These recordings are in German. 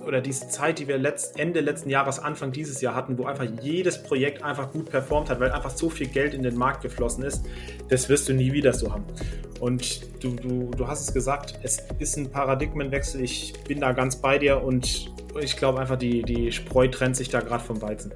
oder diese Zeit, die wir Ende letzten Jahres, Anfang dieses Jahr hatten, wo einfach jedes Projekt einfach gut performt hat, weil einfach so viel Geld in den Markt geflossen ist, das wirst du nie wieder so haben. Und du hast es gesagt, es ist ein Paradigmenwechsel, ich bin da ganz bei dir und ich glaube einfach, die Spreu trennt sich da gerade vom Weizen.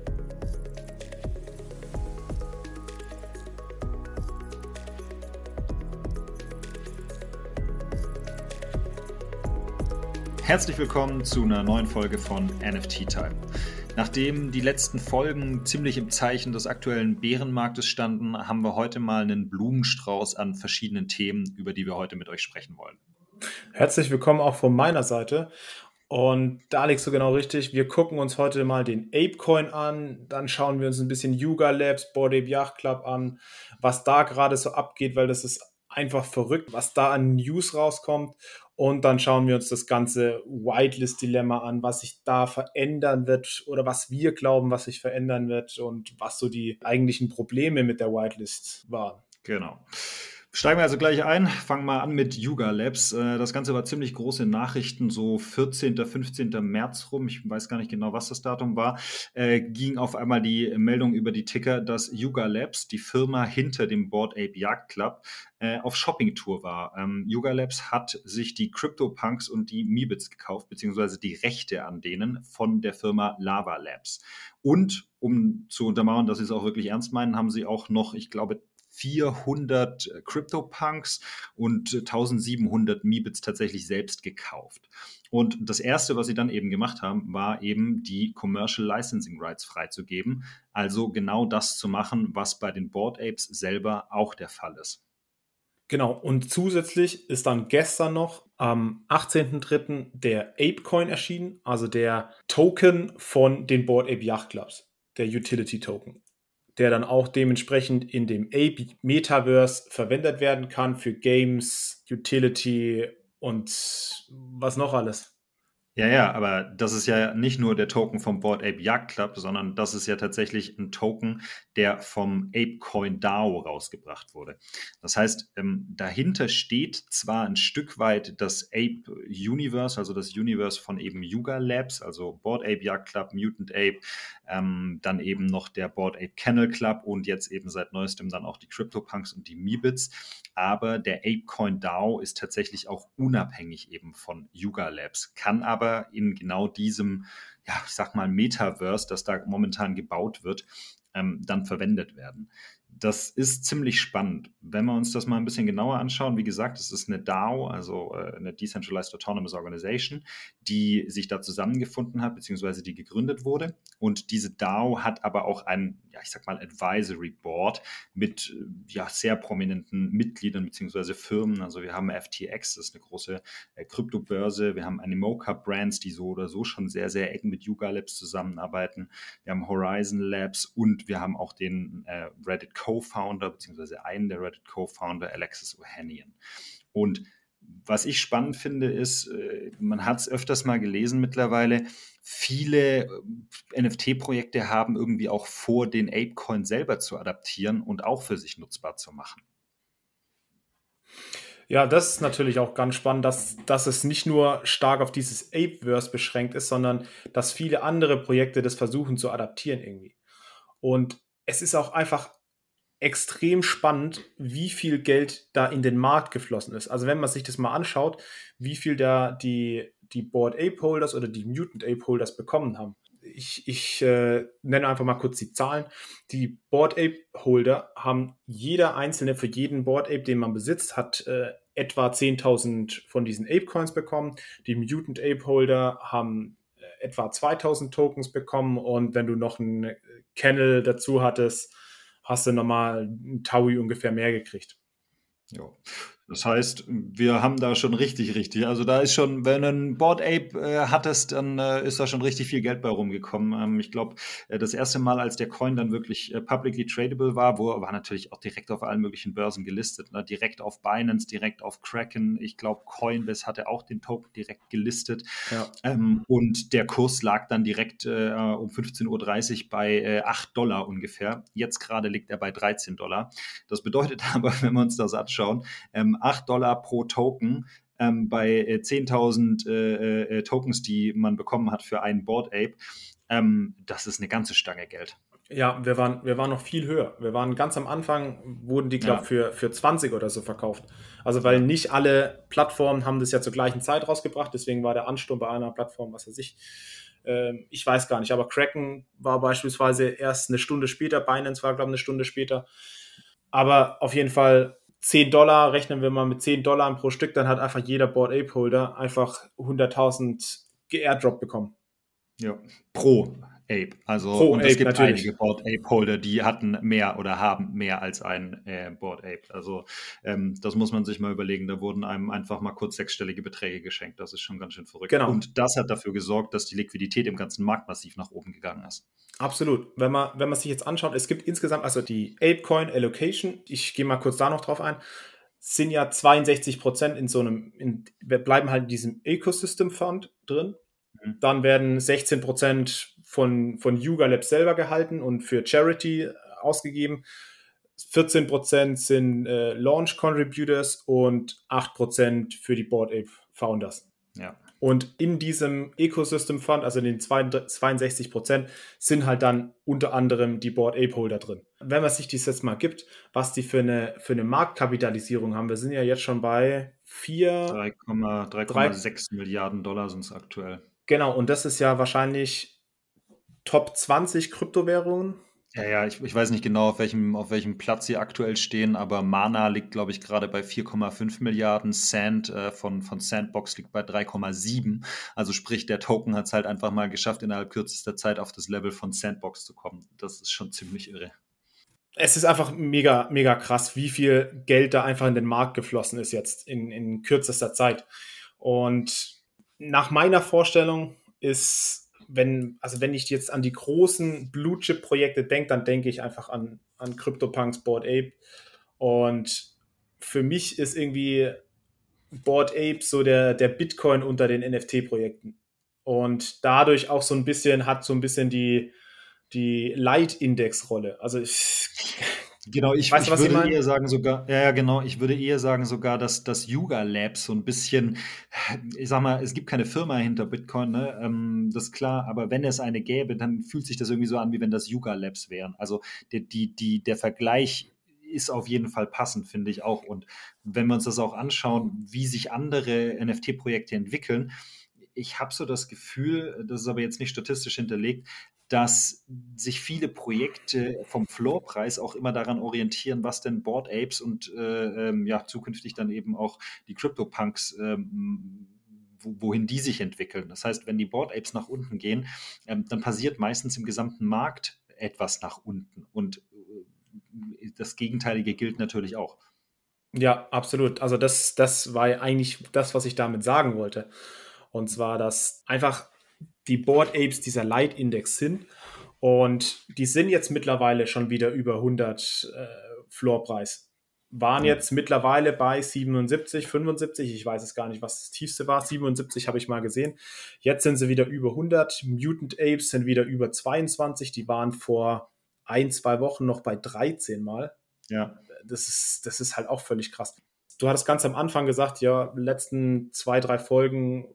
Herzlich willkommen zu einer neuen Folge von NFT Time. Nachdem die letzten Folgen ziemlich im Zeichen des aktuellen Bärenmarktes standen, haben wir heute mal einen Blumenstrauß an verschiedenen Themen, über die wir heute mit euch sprechen wollen. Herzlich willkommen auch von meiner Seite. Und da liegst du genau richtig. Wir gucken uns heute mal den Apecoin an, dann schauen wir uns ein bisschen Yuga Labs, Bored Ape Yacht Club an, was da gerade so abgeht, weil das ist einfach verrückt, was da an News rauskommt. Und dann schauen wir uns das ganze Whitelist-Dilemma an, was sich da verändern wird oder was wir glauben, was sich verändern wird und was so die eigentlichen Probleme mit der Whitelist waren. Genau. Steigen wir also gleich ein, fangen mal an mit Yuga Labs. Das Ganze war ziemlich große Nachrichten, so 14., 15. März rum, ich weiß gar nicht genau, was das Datum war, ging auf einmal die Meldung über die Ticker, dass Yuga Labs, die Firma hinter dem Bored Ape Yacht Club, auf Shoppingtour war. Yuga Labs hat sich die CryptoPunks und die Meebits gekauft, beziehungsweise die Rechte an denen von der Firma Lava Labs. Und um zu untermauern, dass sie es auch wirklich ernst meinen, haben sie auch noch, ich glaube, 400 CryptoPunks und 1700 Meebits tatsächlich selbst gekauft. Und das Erste, was sie dann eben gemacht haben, war eben die Commercial Licensing Rights freizugeben. Also genau das zu machen, was bei den Bored Apes selber auch der Fall ist. Genau, und zusätzlich ist dann gestern noch am 18.03. der Apecoin erschienen, also der Token von den Bored Ape Yacht Clubs, der Utility Token, der dann auch dementsprechend in dem Ape Metaverse verwendet werden kann für Games, Utility und was noch alles. Ja, aber das ist ja nicht nur der Token vom Bored Ape Yacht Club, sondern das ist ja tatsächlich ein Token, der vom Apecoin DAO rausgebracht wurde. Das heißt, dahinter steht zwar ein Stück weit das Ape Universe, also das Universe von eben Yuga Labs, also Bored Ape Yacht Club, Mutant Ape, dann eben noch der Bored Ape Kennel Club und jetzt eben seit neuestem dann auch die CryptoPunks und die Meebits. Aber der Apecoin DAO ist tatsächlich auch unabhängig eben von Yuga Labs, kann aber in genau diesem, ja, ich sag mal, Metaverse, das da momentan gebaut wird, dann verwendet werden. Das ist ziemlich spannend. Wenn wir uns das mal ein bisschen genauer anschauen, wie gesagt, es ist eine DAO, also eine Decentralized Autonomous Organization, die sich da zusammengefunden hat, beziehungsweise die gegründet wurde. Und diese DAO hat aber auch ein, ja, ich sag mal, Advisory Board mit ja, sehr prominenten Mitgliedern beziehungsweise Firmen. Also wir haben FTX, das ist eine große Kryptobörse. Wir haben Animoca Brands, die so oder so schon sehr, sehr eng mit Yuga Labs zusammenarbeiten. Wir haben Horizon Labs und wir haben auch den Reddit Co-Founder, beziehungsweise einen der Reddit Co-Founder, Alexis Ohanian. Und was ich spannend finde, ist, man hat es öfters mal gelesen mittlerweile, viele NFT-Projekte haben irgendwie auch vor, den Apecoin selber zu adaptieren und auch für sich nutzbar zu machen. Ja, das ist natürlich auch ganz spannend, dass es nicht nur stark auf dieses Apeverse beschränkt ist, sondern dass viele andere Projekte das versuchen zu adaptieren irgendwie. Und es ist auch einfach extrem spannend, wie viel Geld da in den Markt geflossen ist. Also wenn man sich das mal anschaut, wie viel da die Bored Ape Holders oder die Mutant Ape Holders bekommen haben. Ich nenne einfach mal kurz die Zahlen. Die Bored Ape Holder haben jeder einzelne für jeden Bored Ape, den man besitzt, hat etwa 10.000 von diesen Ape Coins bekommen. Die Mutant Ape Holder haben etwa 2.000 Tokens bekommen und wenn du noch einen Kennel dazu hattest, hast du nochmal ein Taui ungefähr mehr gekriegt. Ja. Das heißt, wir haben da schon richtig. Also da ist schon, wenn du einen Bored Ape hattest, dann ist da schon richtig viel Geld bei rumgekommen. Ich glaube, das erste Mal, als der Coin dann wirklich publicly tradable war natürlich auch direkt auf allen möglichen Börsen gelistet. Ne? Direkt auf Binance, direkt auf Kraken. Ich glaube, Coinbase hatte auch den Token direkt gelistet. Ja. Und der Kurs lag dann direkt um 15.30 Uhr bei $8 ungefähr. Jetzt gerade liegt er bei $13. Das bedeutet aber, wenn wir uns das anschauen, $8 pro Token bei 10.000 Tokens, die man bekommen hat für einen Bored Ape. Das ist eine ganze Stange Geld. Ja, wir waren noch viel höher. Wir waren ganz am Anfang, wurden die, glaube Ja, ich, für 20 oder so verkauft. Also, weil ja. nicht alle Plattformen haben das ja zur gleichen Zeit rausgebracht, deswegen war der Ansturm bei einer Plattform, was weiß ich weiß gar nicht, aber Kraken war beispielsweise erst eine Stunde später, Binance war, glaube ich, eine Stunde später. Aber auf jeden Fall $10, rechnen wir mal mit $10 pro Stück, dann hat einfach jeder Bored Ape Holder einfach 100.000 geairdrop bekommen. Ja, pro Ape. Also, Pro und es Ape gibt einige natürlich. Bored Ape Holder, die hatten mehr oder haben mehr als ein Bored Ape. Also, das muss man sich mal überlegen. Da wurden einem einfach mal kurz sechsstellige Beträge geschenkt. Das ist schon ganz schön verrückt. Genau. Und das hat dafür gesorgt, dass die Liquidität im ganzen Markt massiv nach oben gegangen ist. Absolut. Wenn man sich jetzt anschaut, es gibt insgesamt, also die Apecoin Allocation, ich gehe mal kurz da noch drauf ein, sind ja 62% wir bleiben halt in diesem Ecosystem Fund drin. Mhm. Dann werden 16% von Yuga Labs selber gehalten und für Charity ausgegeben. 14% sind Launch Contributors und 8% für die Bored Ape Founders. Ja. Und in diesem Ecosystem Fund, also in den 62%, sind halt dann unter anderem die Bored Ape Holder drin. Wenn man sich das jetzt mal gibt, was die für eine Marktkapitalisierung haben, wir sind ja jetzt schon bei 3, 3,6 Milliarden Dollar sind es aktuell. genau, und das ist ja wahrscheinlich Top 20 Kryptowährungen. Ja, ich weiß nicht genau, auf welchem Platz sie aktuell stehen, aber Mana liegt, glaube ich, gerade bei 4,5 Milliarden. Sand von Sandbox liegt bei 3,7. Also sprich, der Token hat es halt einfach mal geschafft, innerhalb kürzester Zeit auf das Level von Sandbox zu kommen. Das ist schon ziemlich irre. Es ist einfach mega, mega krass, wie viel Geld da einfach in den Markt geflossen ist jetzt in kürzester Zeit. Und nach meiner Vorstellung ist, wenn ich jetzt an die großen Blue-Chip-Projekte denke, dann denke ich einfach an CryptoPunks, Bored Ape. Und für mich ist irgendwie Bored Ape so der Bitcoin unter den NFT-Projekten. Und dadurch auch hat so ein bisschen die Light-Index-Rolle. Also Genau, ich, weißt du, ich was ich würde meine? eher sagen sogar, ja, ja, genau, ich würde eher sagen sogar, dass das Yuga Labs so ein bisschen, ich sag mal, es gibt keine Firma hinter Bitcoin, ne? Das ist klar, aber wenn es eine gäbe, dann fühlt sich das irgendwie so an, wie wenn das Yuga Labs wären. Also der Vergleich ist auf jeden Fall passend, finde ich auch. Und wenn wir uns das auch anschauen, wie sich andere NFT-Projekte entwickeln, ich habe so das Gefühl, das ist aber jetzt nicht statistisch hinterlegt, dass sich viele Projekte vom Floorpreis auch immer daran orientieren, was denn Bored Apes und ja, zukünftig dann eben auch die CryptoPunks, wohin die sich entwickeln. Das heißt, wenn die Bored Apes nach unten gehen, dann passiert meistens im gesamten Markt etwas nach unten. Und das Gegenteilige gilt natürlich auch. Ja, absolut. Also das war ja eigentlich das, was ich damit sagen wollte. Und zwar, dass einfach die Bored Apes dieser Light-Index sind. Und die sind jetzt mittlerweile schon wieder über 100 Floorpreis. Waren Ja. jetzt mittlerweile bei 77, 75, ich weiß es gar nicht, was das tiefste war. 77 habe ich mal gesehen. Jetzt sind sie wieder über 100. Mutant Apes sind wieder über 22. Die waren vor 1, 2 Wochen noch bei 13 Mal. Ja. Das ist halt auch völlig krass. Du hattest ganz am Anfang gesagt, ja, letzten 2, 3 Folgen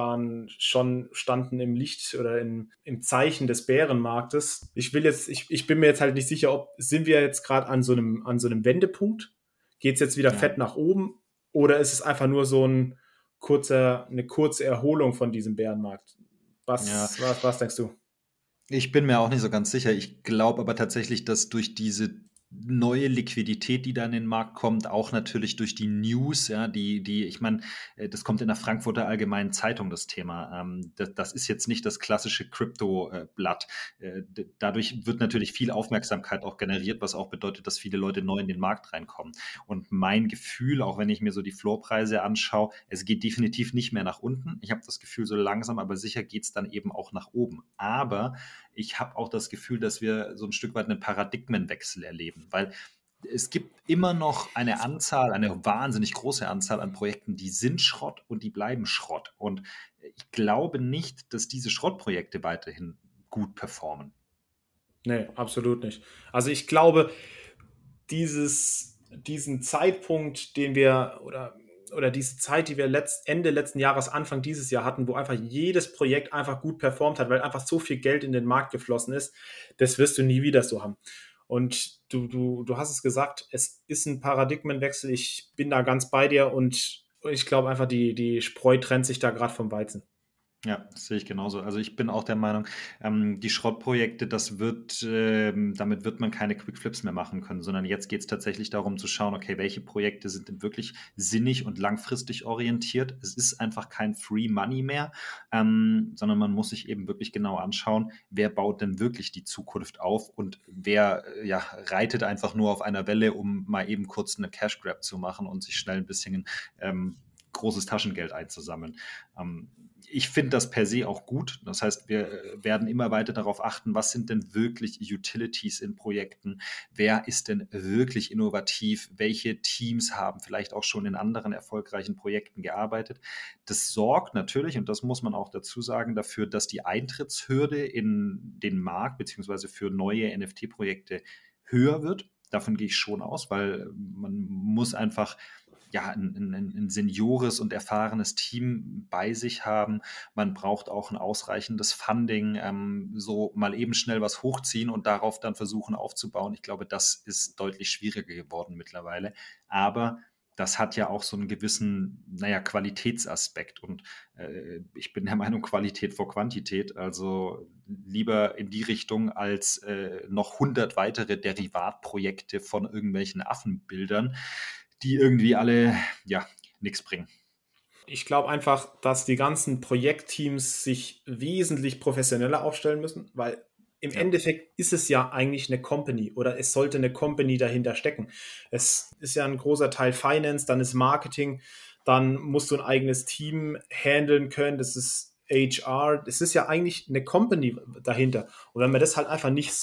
standen im Licht oder im Zeichen des Bärenmarktes. Ich bin mir jetzt halt nicht sicher, sind wir jetzt gerade an so einem Wendepunkt? Geht es jetzt wieder Ja. fett nach oben? Oder ist es einfach nur so eine kurze Erholung von diesem Bärenmarkt? Ja. Was denkst du? Ich bin mir auch nicht so ganz sicher. Ich glaube aber tatsächlich, dass durch diese neue Liquidität, die da in den Markt kommt, auch natürlich durch die News, ja, ich meine, das kommt in der Frankfurter Allgemeinen Zeitung, das Thema. Das ist jetzt nicht das klassische Krypto-Blatt. Dadurch wird natürlich viel Aufmerksamkeit auch generiert, was auch bedeutet, dass viele Leute neu in den Markt reinkommen. Und mein Gefühl, auch wenn ich mir so die Floorpreise anschaue, es geht definitiv nicht mehr nach unten. Ich habe das Gefühl, so langsam, aber sicher geht es dann eben auch nach oben. Aber ich habe auch das Gefühl, dass wir so ein Stück weit einen Paradigmenwechsel erleben, weil es gibt immer noch eine wahnsinnig große Anzahl an Projekten, die sind Schrott und die bleiben Schrott. Und ich glaube nicht, dass diese Schrottprojekte weiterhin gut performen. Nee, absolut nicht. Also ich glaube, diesen Zeitpunkt, den wir, oder oder diese Zeit, die wir Ende letzten Jahres, Anfang dieses Jahr hatten, wo einfach jedes Projekt einfach gut performt hat, weil einfach so viel Geld in den Markt geflossen ist, das wirst du nie wieder so haben. Und du hast es gesagt, es ist ein Paradigmenwechsel. Ich bin da ganz bei dir und ich glaube einfach, die Spreu trennt sich da gerade vom Weizen. Ja, das sehe ich genauso. Also ich bin auch der Meinung, die Schrottprojekte, damit wird man keine Quickflips mehr machen können, sondern jetzt geht es tatsächlich darum zu schauen, okay, welche Projekte sind denn wirklich sinnig und langfristig orientiert. Es ist einfach kein Free Money mehr, sondern man muss sich eben wirklich genau anschauen, wer baut denn wirklich die Zukunft auf und wer ja, reitet einfach nur auf einer Welle, um mal eben kurz eine Cash Grab zu machen und sich schnell ein bisschen großes Taschengeld einzusammeln. Ich finde das per se auch gut. Das heißt, wir werden immer weiter darauf achten, was sind denn wirklich Utilities in Projekten? Wer ist denn wirklich innovativ? Welche Teams haben vielleicht auch schon in anderen erfolgreichen Projekten gearbeitet? Das sorgt natürlich, und das muss man auch dazu sagen, dafür, dass die Eintrittshürde in den Markt beziehungsweise für neue NFT-Projekte höher wird. Davon gehe ich schon aus, weil man muss einfach ja, ein seniores und erfahrenes Team bei sich haben. Man braucht auch ein ausreichendes Funding, so mal eben schnell was hochziehen und darauf dann versuchen aufzubauen. Ich glaube, das ist deutlich schwieriger geworden mittlerweile. Aber das hat ja auch so einen gewissen, naja, Qualitätsaspekt. Und ich bin der Meinung, Qualität vor Quantität. Also lieber in die Richtung als noch 100 weitere Derivatprojekte von irgendwelchen Affenbildern, die irgendwie alle, ja, nichts bringen. Ich glaube einfach, dass die ganzen Projektteams sich wesentlich professioneller aufstellen müssen, weil im Ja, Endeffekt ist es ja eigentlich eine Company oder es sollte eine Company dahinter stecken. Es ist ja ein großer Teil Finance, dann ist Marketing, dann musst du ein eigenes Team handeln können, das ist HR, es ist ja eigentlich eine Company dahinter. Und wenn man das halt einfach nicht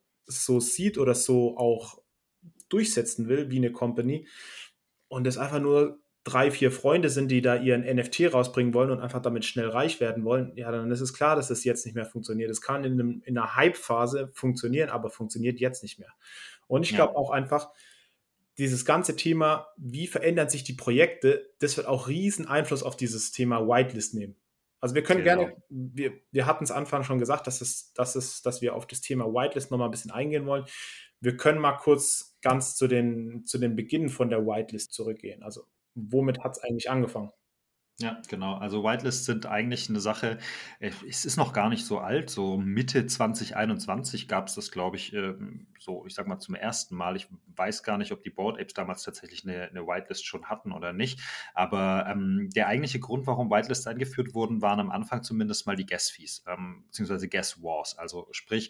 so sieht oder so auch durchsetzen will wie eine Company und es einfach nur drei, vier Freunde sind, die da ihren NFT rausbringen wollen und einfach damit schnell reich werden wollen, ja, dann ist es klar, dass das jetzt nicht mehr funktioniert. Es kann in einer Hype-Phase funktionieren, aber funktioniert jetzt nicht mehr. Und ich glaube ja, auch einfach, dieses ganze Thema, wie verändern sich die Projekte, das wird auch riesen Einfluss auf dieses Thema Whitelist nehmen. Also wir können gerne, genau. wir hatten es Anfang schon gesagt, dass wir auf das Thema Whitelist nochmal ein bisschen eingehen wollen. Wir können mal kurz ganz zu den Beginn von der Whitelist zurückgehen. Also womit hat es eigentlich angefangen? Ja, genau. Also Whitelists sind eigentlich eine Sache, es ist noch gar nicht so alt, so Mitte 2021 gab es das, glaube ich, so, ich sag mal, zum ersten Mal. Ich weiß gar nicht, ob die Bored Apes damals tatsächlich eine Whitelist schon hatten oder nicht, aber der eigentliche Grund, warum Whitelists eingeführt wurden, waren am Anfang zumindest mal die Gas-Fees, beziehungsweise Gas-Wars, also sprich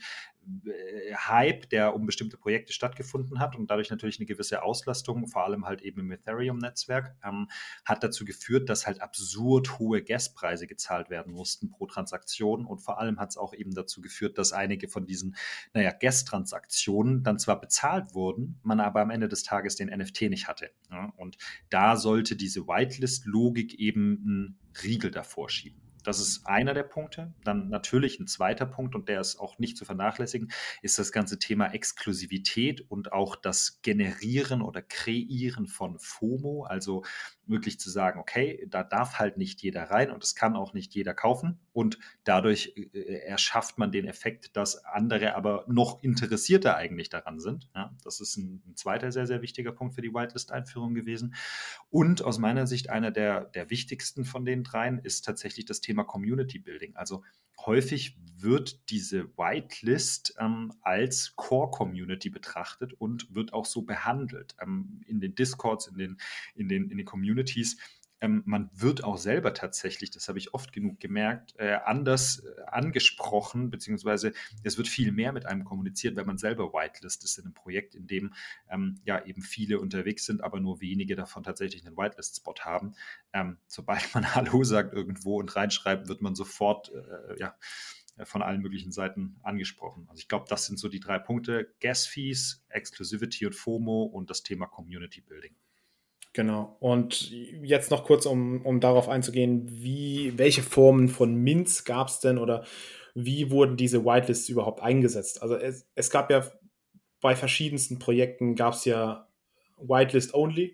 Hype, der um bestimmte Projekte stattgefunden hat und dadurch natürlich eine gewisse Auslastung, vor allem halt eben im Ethereum-Netzwerk, hat dazu geführt, dass halt absurd hohe Gaspreise gezahlt werden mussten pro Transaktion. Und vor allem hat es auch eben dazu geführt, dass einige von diesen, naja, Gas-Transaktionen dann zwar bezahlt wurden, man aber am Ende des Tages den NFT nicht hatte. Ja? Und da sollte diese Whitelist-Logik eben einen Riegel davor schieben. Das ist einer der Punkte. Dann natürlich ein zweiter Punkt, und der ist auch nicht zu vernachlässigen, ist das ganze Thema Exklusivität und auch das Generieren oder Kreieren von FOMO, also wirklich zu sagen, okay, da darf halt nicht jeder rein und es kann auch nicht jeder kaufen und dadurch erschafft man den Effekt, dass andere aber noch interessierter eigentlich daran sind. Ja, das ist ein zweiter sehr, sehr wichtiger Punkt für die Whitelist-Einführung gewesen. Und aus meiner Sicht einer der wichtigsten von den dreien ist tatsächlich das Thema Community Building. Also häufig wird diese Whitelist als Core-Community betrachtet und wird auch so behandelt in den Discords, in den Communities. Man wird auch selber tatsächlich, das habe ich oft genug gemerkt, anders angesprochen, beziehungsweise es wird viel mehr mit einem kommuniziert, wenn man selber Whitelist ist in einem Projekt, in dem ja eben viele unterwegs sind, aber nur wenige davon tatsächlich einen Whitelist-Spot haben. Sobald man Hallo sagt irgendwo und reinschreibt, wird man sofort ja, von allen möglichen Seiten angesprochen. Also ich glaube, das sind so die drei Punkte: Gas-Fees, Exclusivity und FOMO und das Thema Community Building. Genau. Und jetzt noch kurz, um darauf einzugehen, welche Formen von Mints gab es denn oder wie wurden diese Whitelists überhaupt eingesetzt? Also es gab ja bei verschiedensten Projekten gab es ja Whitelist only.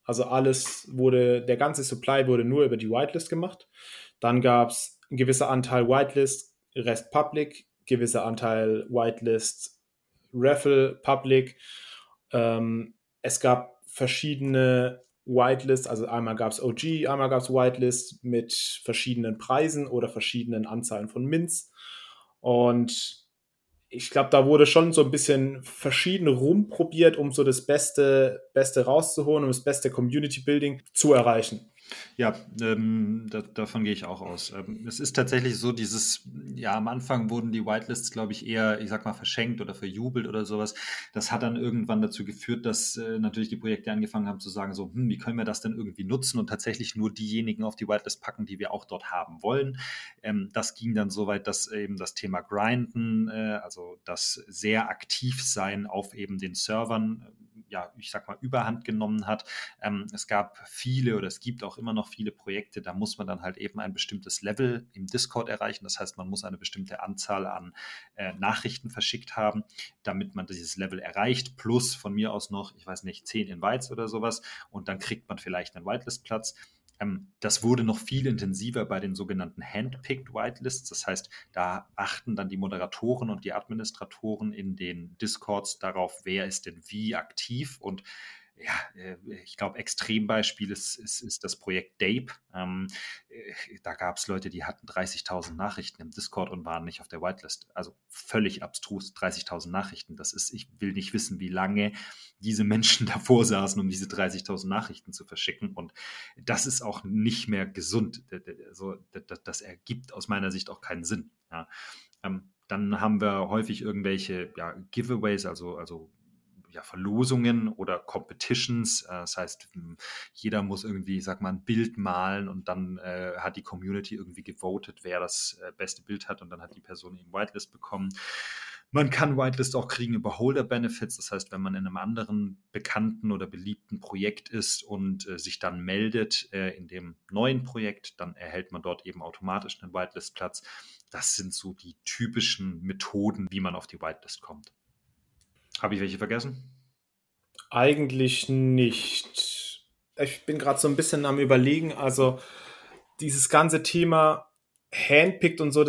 Also der ganze Supply wurde nur über die Whitelist gemacht. Dann gab es ein gewisser Anteil Whitelist, Rest Public, gewisser Anteil Whitelist, Raffle Public. Es gab verschiedene Whitelists, also einmal gab es OG, einmal gab es Whitelist mit verschiedenen Preisen oder verschiedenen Anzahlen von Mints. Und ich glaube, da wurde schon so ein bisschen verschieden rumprobiert, um so das Beste rauszuholen, um das beste Community Building zu erreichen. Ja, davon gehe ich auch aus. Es ist tatsächlich so, ja, am Anfang wurden die Whitelists, glaube ich, eher, ich sag mal, verschenkt oder verjubelt oder sowas. Das hat dann irgendwann dazu geführt, dass natürlich die Projekte angefangen haben zu sagen, so, wie können wir das denn irgendwie nutzen und tatsächlich nur diejenigen auf die Whitelist packen, die wir auch dort haben wollen. Das ging dann so weit, dass eben das Thema Grinden, also das sehr aktiv sein auf eben den Servern, ja, ich sag mal, Überhand genommen hat. Es gab viele oder es gibt auch immer noch viele Projekte, da muss man dann halt eben ein bestimmtes Level im Discord erreichen. Das heißt, man muss eine bestimmte Anzahl an Nachrichten verschickt haben, damit man dieses Level erreicht. Plus von mir aus noch, ich weiß nicht, 10 Invites oder sowas. Und dann kriegt man vielleicht einen Whitelist-Platz. Das wurde noch viel intensiver bei den sogenannten Handpicked Whitelists. Das heißt, da achten dann die Moderatoren und die Administratoren in den Discords darauf, wer ist denn wie aktiv. Und ja, ich glaube, Extrembeispiel ist das Projekt Dape. Da gab es Leute, die hatten 30.000 Nachrichten im Discord und waren nicht auf der Whitelist. Also völlig abstrus, 30.000 Nachrichten. Ich will nicht wissen, wie lange diese Menschen davor saßen, um diese 30.000 Nachrichten zu verschicken. Und das ist auch nicht mehr gesund. Also, das ergibt aus meiner Sicht auch keinen Sinn. Ja. Dann haben wir häufig irgendwelche Giveaways, also ja, Verlosungen oder Competitions. Das heißt, jeder muss irgendwie, ich sag mal, ein Bild malen und dann hat die Community irgendwie gewotet, wer das beste Bild hat und dann hat die Person eben Whitelist bekommen. Man kann Whitelist auch kriegen über Holder-Benefits. Das heißt, wenn man in einem anderen bekannten oder beliebten Projekt ist und sich dann meldet in dem neuen Projekt, dann erhält man dort eben automatisch einen Whitelist-Platz. Das sind so die typischen Methoden, wie man auf die Whitelist kommt. Habe ich welche vergessen? Eigentlich nicht. Ich bin gerade so ein bisschen am Überlegen, also dieses ganze Thema Handpicked und so,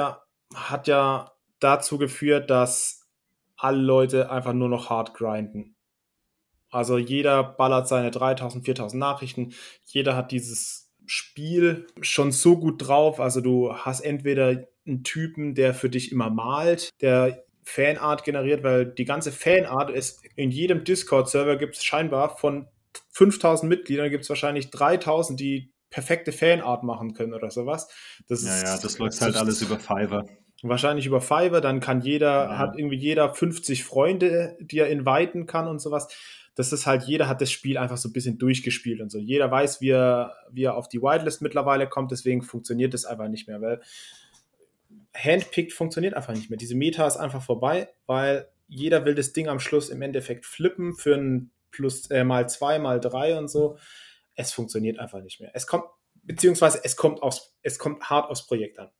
hat ja dazu geführt, dass alle Leute einfach nur noch hart grinden. Also jeder ballert seine 3.000, 4.000 Nachrichten. Jeder hat dieses Spiel schon so gut drauf. Also du hast entweder einen Typen, der für dich immer malt, der Fanart generiert, weil die ganze Fanart ist, in jedem Discord-Server gibt es scheinbar von 5.000 Mitgliedern gibt es wahrscheinlich 3.000, die perfekte Fanart machen können oder sowas. Das läuft halt alles über Fiverr. Wahrscheinlich über Fiverr, dann hat irgendwie jeder 50 Freunde, die er inviten kann und sowas. Das ist halt, jeder hat das Spiel einfach so ein bisschen durchgespielt und so. Jeder weiß, wie er auf die Whitelist mittlerweile kommt, deswegen funktioniert das einfach nicht mehr, weil Handpicked funktioniert einfach nicht mehr. Diese Meta ist einfach vorbei, weil jeder will das Ding am Schluss im Endeffekt flippen für ein plus mal 2, mal 3 und so. Es funktioniert einfach nicht mehr. Es kommt hart aufs Projekt an.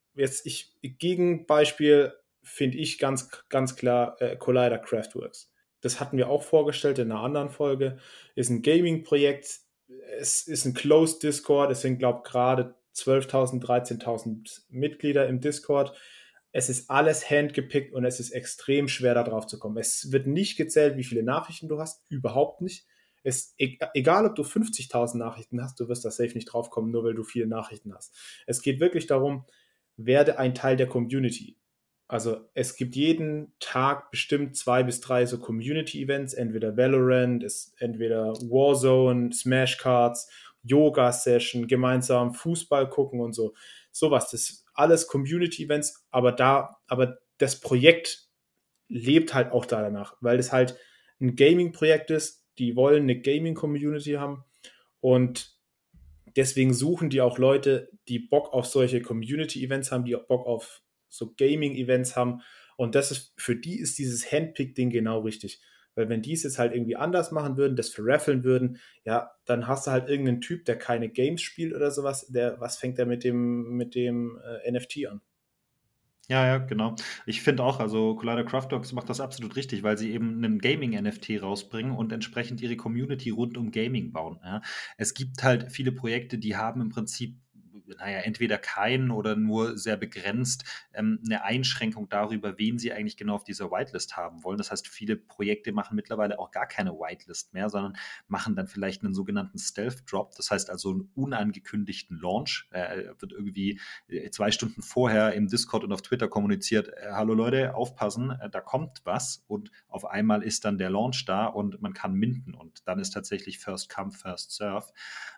Gegenbeispiel finde ich ganz klar Collider Craftworks. Das hatten wir auch vorgestellt in einer anderen Folge. Ist ein Gaming-Projekt. Es ist ein Closed Discord. Es sind, glaube ich, gerade 12.000, 13.000 Mitglieder im Discord. Es ist alles handgepickt und es ist extrem schwer, da drauf zu kommen. Es wird nicht gezählt, wie viele Nachrichten du hast. Überhaupt nicht. Egal, ob du 50.000 Nachrichten hast, du wirst da safe nicht draufkommen, nur weil du viele Nachrichten hast. Es geht wirklich darum, werde ein Teil der Community. Also es gibt jeden Tag bestimmt 2 bis 3 so Community-Events, entweder Valorant, entweder Warzone, Smash Cards, Yoga-Session, gemeinsam Fußball gucken und so. Sowas, das ist alles Community-Events, aber das Projekt lebt halt auch danach, weil es halt ein Gaming-Projekt ist, die wollen eine Gaming-Community haben und deswegen suchen die auch Leute, die Bock auf solche Community-Events haben, die auch Bock auf so Gaming-Events haben. Und für die ist dieses Handpick-Ding genau richtig. Weil wenn die es jetzt halt irgendwie anders machen würden, das verraffeln würden, ja, dann hast du halt irgendeinen Typ, der keine Games spielt oder sowas, was fängt der mit dem NFT an? Ja, ja, genau. Ich finde auch, also Collider Craft Dogs macht das absolut richtig, weil sie eben einen Gaming-NFT rausbringen und entsprechend ihre Community rund um Gaming bauen. Ja. Es gibt halt viele Projekte, die haben im Prinzip, naja, entweder keinen oder nur sehr begrenzt eine Einschränkung darüber, wen sie eigentlich genau auf dieser Whitelist haben wollen. Das heißt, viele Projekte machen mittlerweile auch gar keine Whitelist mehr, sondern machen dann vielleicht einen sogenannten Stealth Drop. Das heißt also einen unangekündigten Launch. Wird irgendwie 2 Stunden vorher im Discord und auf Twitter kommuniziert, hallo Leute, aufpassen, da kommt was und auf einmal ist dann der Launch da und man kann minden und dann ist tatsächlich First Come, First Serve.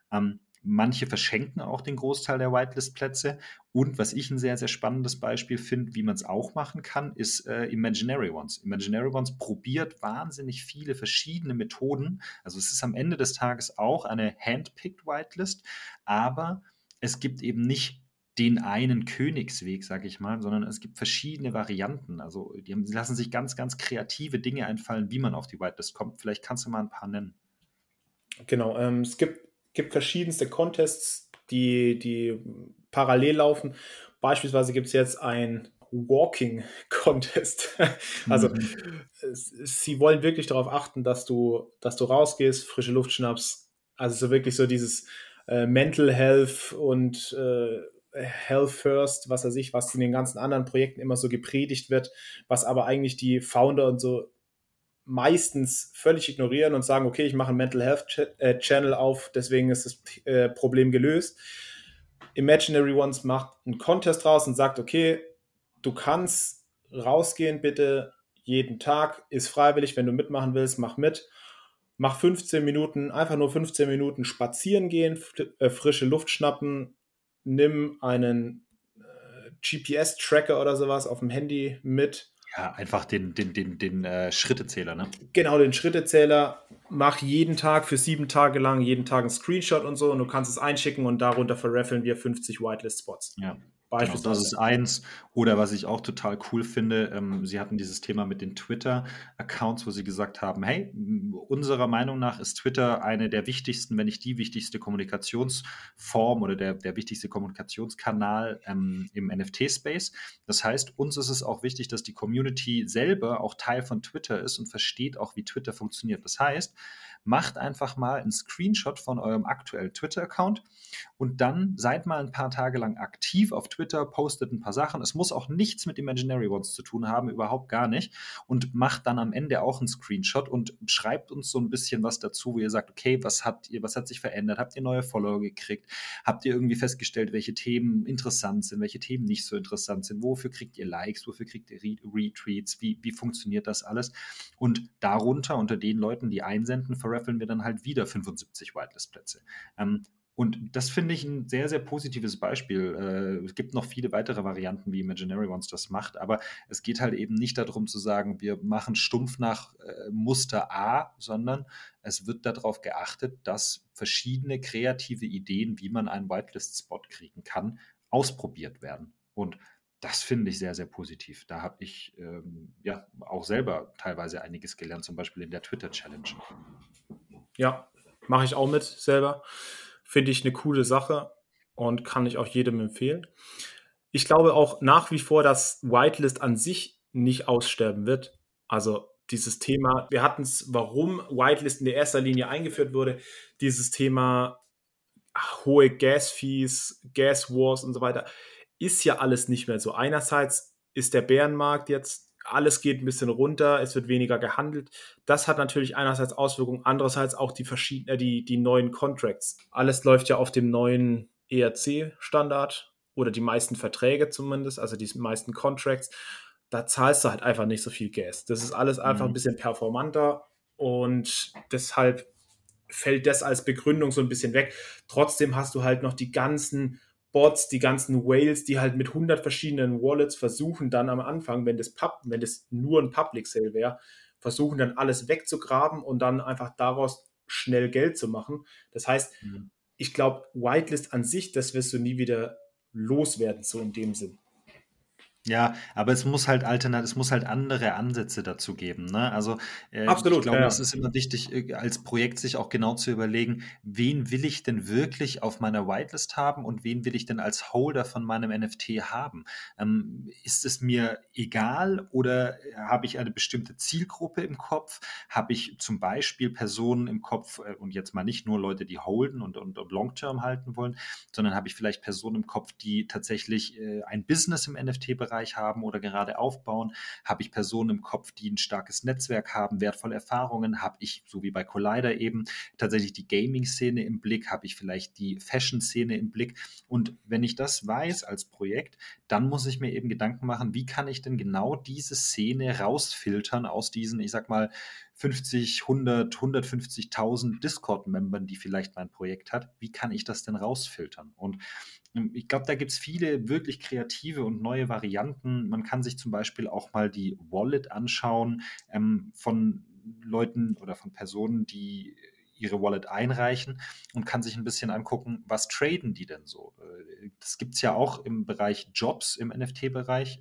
Manche verschenken auch den Großteil der Whitelist-Plätze. Und was ich ein sehr, sehr spannendes Beispiel finde, wie man es auch machen kann, ist Imaginary Ones. Imaginary Ones probiert wahnsinnig viele verschiedene Methoden. Also es ist am Ende des Tages auch eine handpicked Whitelist, aber es gibt eben nicht den einen Königsweg, sage ich mal, sondern es gibt verschiedene Varianten. Also sie lassen sich ganz, ganz kreative Dinge einfallen, wie man auf die Whitelist kommt. Vielleicht kannst du mal ein paar nennen. Genau, gibt verschiedenste Contests, die parallel laufen. Beispielsweise gibt es jetzt ein Walking Contest. Also Mhm. sie wollen wirklich darauf achten, dass du rausgehst, frische Luft schnappst. Also so wirklich so dieses Mental Health und Health First, was weiß ich, was in den ganzen anderen Projekten immer so gepredigt wird, was aber eigentlich die Founder und so meistens völlig ignorieren und sagen, okay, ich mache einen Mental Health Channel auf, deswegen ist das Problem gelöst. Imaginary Ones macht einen Contest raus und sagt, okay, du kannst rausgehen, bitte jeden Tag, ist freiwillig, wenn du mitmachen willst, mach mit. Mach 15 Minuten, einfach nur 15 Minuten spazieren gehen, frische Luft schnappen, nimm einen GPS-Tracker oder sowas auf dem Handy mit. Ja, einfach den Schrittezähler, ne? Genau, den Schrittezähler, mach jeden Tag für 7 Tage lang, jeden Tag einen Screenshot und so und du kannst es einschicken und darunter verraffeln wir 50 Whitelist-Spots. Ja, genau, das Beispielsweise. ist eins. Oder was ich auch total cool finde, sie hatten dieses Thema mit den Twitter-Accounts, wo sie gesagt haben, hey, unserer Meinung nach ist Twitter eine der wichtigsten, wenn nicht die wichtigste Kommunikationsform oder der wichtigste Kommunikationskanal im NFT-Space. Das heißt, uns ist es auch wichtig, dass die Community selber auch Teil von Twitter ist und versteht auch, wie Twitter funktioniert. Das heißt, macht einfach mal einen Screenshot von eurem aktuellen Twitter-Account und dann seid mal ein paar Tage lang aktiv auf Twitter, postet ein paar Sachen. Es muss auch nichts mit Imaginary Ones zu tun haben, überhaupt gar nicht. Und macht dann am Ende auch einen Screenshot und schreibt uns so ein bisschen was dazu, wo ihr sagt, okay, was hat sich verändert? Habt ihr neue Follower gekriegt? Habt ihr irgendwie festgestellt, welche Themen interessant sind, welche Themen nicht so interessant sind? Wofür kriegt ihr Likes? Wofür kriegt ihr Retweets? Wie funktioniert das alles? Und darunter, unter den Leuten, die einsenden, verraffeln wir dann halt wieder 75 Whitelist-Plätze. Und das finde ich ein sehr, sehr positives Beispiel. Es gibt noch viele weitere Varianten, wie Imaginary Ones das macht, aber es geht halt eben nicht darum zu sagen, wir machen stumpf nach Muster A, sondern es wird darauf geachtet, dass verschiedene kreative Ideen, wie man einen Whitelist-Spot kriegen kann, ausprobiert werden. Und das finde ich sehr, sehr positiv. Da habe ich ja auch selber teilweise einiges gelernt, zum Beispiel in der Twitter-Challenge. Ja, mache ich auch mit selber. Finde ich eine coole Sache und kann ich auch jedem empfehlen. Ich glaube auch nach wie vor, dass Whitelist an sich nicht aussterben wird. Also dieses Thema, wir hatten es, warum Whitelist in der erster Linie eingeführt wurde, dieses Thema hohe Gas-Fees, Gas-Wars und so weiter, ist ja alles nicht mehr so. Einerseits ist der Bärenmarkt jetzt, alles geht ein bisschen runter, es wird weniger gehandelt. Das hat natürlich einerseits Auswirkungen, andererseits auch die neuen Contracts. Alles läuft ja auf dem neuen ERC-Standard oder die meisten Verträge zumindest, also die meisten Contracts. Da zahlst du halt einfach nicht so viel Gas. Das ist alles einfach ein Mhm. bisschen performanter und deshalb fällt das als Begründung so ein bisschen weg. Trotzdem hast du halt noch die ganzen Bots, die ganzen Whales, die halt mit 100 verschiedenen Wallets versuchen dann am Anfang, wenn das nur ein Public Sale wäre, versuchen dann alles wegzugraben und dann einfach daraus schnell Geld zu machen. Das heißt, Mhm. ich glaube, Whitelist an sich, das wirst du nie wieder loswerden, so in dem Sinn. Ja, aber es muss halt andere Ansätze dazu geben, ne? Also, ich Absolut, ja, glaube, es ja. ist immer wichtig, als Projekt sich auch genau zu überlegen, wen will ich denn wirklich auf meiner Whitelist haben und wen will ich denn als Holder von meinem NFT haben? Ist es mir egal oder habe ich eine bestimmte Zielgruppe im Kopf? Habe ich zum Beispiel Personen im Kopf, und jetzt mal nicht nur Leute, die holden und Long-Term halten wollen, sondern habe ich vielleicht Personen im Kopf, die tatsächlich ein Business im NFT-Bereich haben oder gerade aufbauen? Habe ich Personen im Kopf, die ein starkes Netzwerk haben, wertvolle Erfahrungen? Habe ich, so wie bei Collider eben, tatsächlich die Gaming-Szene im Blick? Habe ich vielleicht die Fashion-Szene im Blick? Und wenn ich das weiß als Projekt, dann muss ich mir eben Gedanken machen, wie kann ich denn genau diese Szene rausfiltern aus diesen, ich sag mal, 50, 100, 150.000 Discord-Membern, die vielleicht mein Projekt hat. Wie kann ich das denn rausfiltern? Und ich glaube, da gibt es viele wirklich kreative und neue Varianten. Man kann sich zum Beispiel auch mal die Wallet anschauen, von Leuten oder von Personen, die ihre Wallet einreichen und kann sich ein bisschen angucken, was traden die denn so. Das gibt es ja auch im Bereich Jobs, im NFT-Bereich.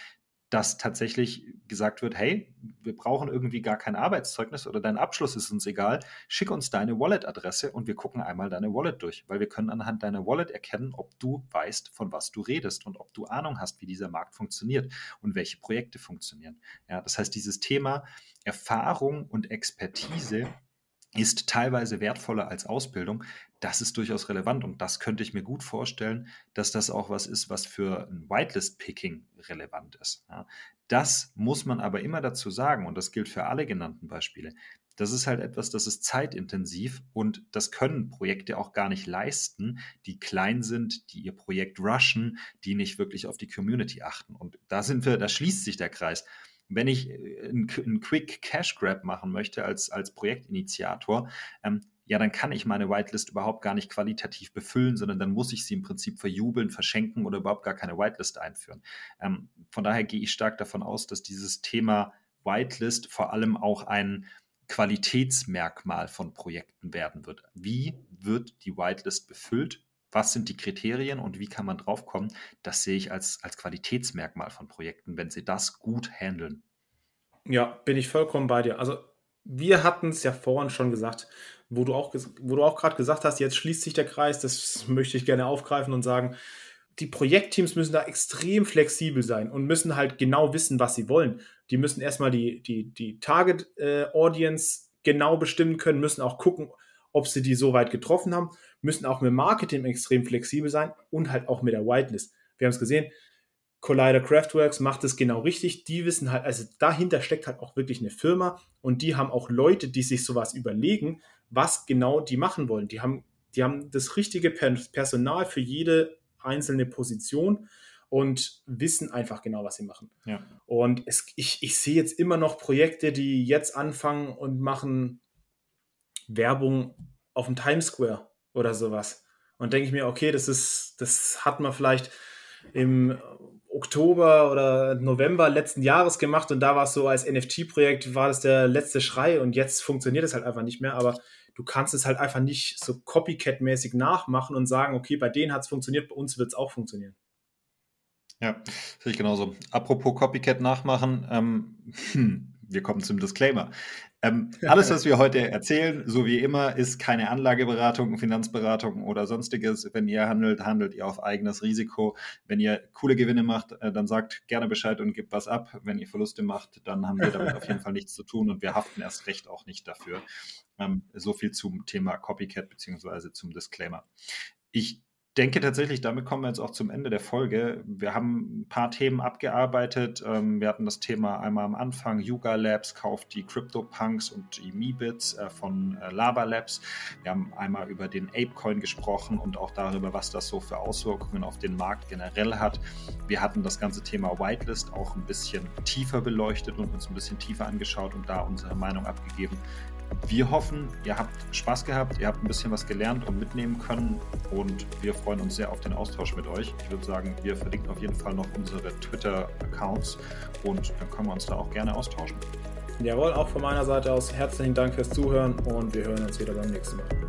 Dass tatsächlich gesagt wird, hey, wir brauchen irgendwie gar kein Arbeitszeugnis oder dein Abschluss ist uns egal, schick uns deine Wallet-Adresse und wir gucken einmal deine Wallet durch, weil wir können anhand deiner Wallet erkennen, ob du weißt, von was du redest und ob du Ahnung hast, wie dieser Markt funktioniert und welche Projekte funktionieren. Ja, das heißt, dieses Thema Erfahrung und Expertise ist teilweise wertvoller als Ausbildung. Das ist durchaus relevant und das könnte ich mir gut vorstellen, dass das auch was ist, was für ein Whitelist-Picking relevant ist. Ja. Das muss man aber immer dazu sagen und das gilt für alle genannten Beispiele. Das ist halt etwas, das ist zeitintensiv und das können Projekte auch gar nicht leisten, die klein sind, die ihr Projekt rushen, die nicht wirklich auf die Community achten. Und da schließt sich der Kreis. Wenn ich einen Quick Cash Grab machen möchte als Projektinitiator, ja, dann kann ich meine Whitelist überhaupt gar nicht qualitativ befüllen, sondern dann muss ich sie im Prinzip verjubeln, verschenken oder überhaupt gar keine Whitelist einführen. Von daher gehe ich stark davon aus, dass dieses Thema Whitelist vor allem auch ein Qualitätsmerkmal von Projekten werden wird. Wie wird die Whitelist befüllt? Was sind die Kriterien und wie kann man drauf kommen? Das sehe ich als Qualitätsmerkmal von Projekten, wenn sie das gut handeln. Ja, bin ich vollkommen bei dir. Also, wir hatten es ja vorhin schon gesagt, wo du auch gerade gesagt hast, jetzt schließt sich der Kreis, das möchte ich gerne aufgreifen und sagen, die Projektteams müssen da extrem flexibel sein und müssen halt genau wissen, was sie wollen. Die müssen erstmal die Target Audience genau bestimmen können, müssen auch gucken, ob sie die so weit getroffen haben, müssen auch mit Marketing extrem flexibel sein und halt auch mit der Whitelist. Wir haben es gesehen, Collider Craftworks macht es genau richtig. Die wissen halt, also dahinter steckt halt auch wirklich eine Firma und die haben auch Leute, die sich sowas überlegen, was genau die machen wollen. Die haben das richtige Personal für jede einzelne Position und wissen einfach genau, was sie machen. Ja. Und ich sehe jetzt immer noch Projekte, die jetzt anfangen und machen Werbung auf dem Times Square oder sowas. Und denke ich mir, okay, das hat man vielleicht im Oktober oder November letzten Jahres gemacht und da war es so als NFT-Projekt, war das der letzte Schrei und jetzt funktioniert es halt einfach nicht mehr, aber du kannst es halt einfach nicht so Copycat-mäßig nachmachen und sagen, okay, bei denen hat es funktioniert, bei uns wird es auch funktionieren. Ja, sehe ich genauso. Apropos Copycat nachmachen, wir kommen zum Disclaimer. Alles, was wir heute erzählen, so wie immer, ist keine Anlageberatung, Finanzberatung oder sonstiges. Wenn ihr handelt, handelt ihr auf eigenes Risiko. Wenn ihr coole Gewinne macht, dann sagt gerne Bescheid und gebt was ab. Wenn ihr Verluste macht, dann haben wir damit auf jeden Fall nichts zu tun und wir haften erst recht auch nicht dafür. So viel zum Thema Copycat beziehungsweise zum Disclaimer. Ich denke tatsächlich, damit kommen wir jetzt auch zum Ende der Folge. Wir haben ein paar Themen abgearbeitet. Wir hatten das Thema einmal am Anfang. Yuga Labs kauft die CryptoPunks und die Meebits von Lava Labs. Wir haben einmal über den Apecoin gesprochen und auch darüber, was das so für Auswirkungen auf den Markt generell hat. Wir hatten das ganze Thema Whitelist auch ein bisschen tiefer beleuchtet und uns ein bisschen tiefer angeschaut und da unsere Meinung abgegeben. Wir hoffen, ihr habt Spaß gehabt, ihr habt ein bisschen was gelernt und mitnehmen können und wir freuen uns sehr auf den Austausch mit euch. Ich würde sagen, wir verlinken auf jeden Fall noch unsere Twitter-Accounts und dann können wir uns da auch gerne austauschen. Jawohl, auch von meiner Seite aus herzlichen Dank fürs Zuhören und wir hören uns wieder beim nächsten Mal.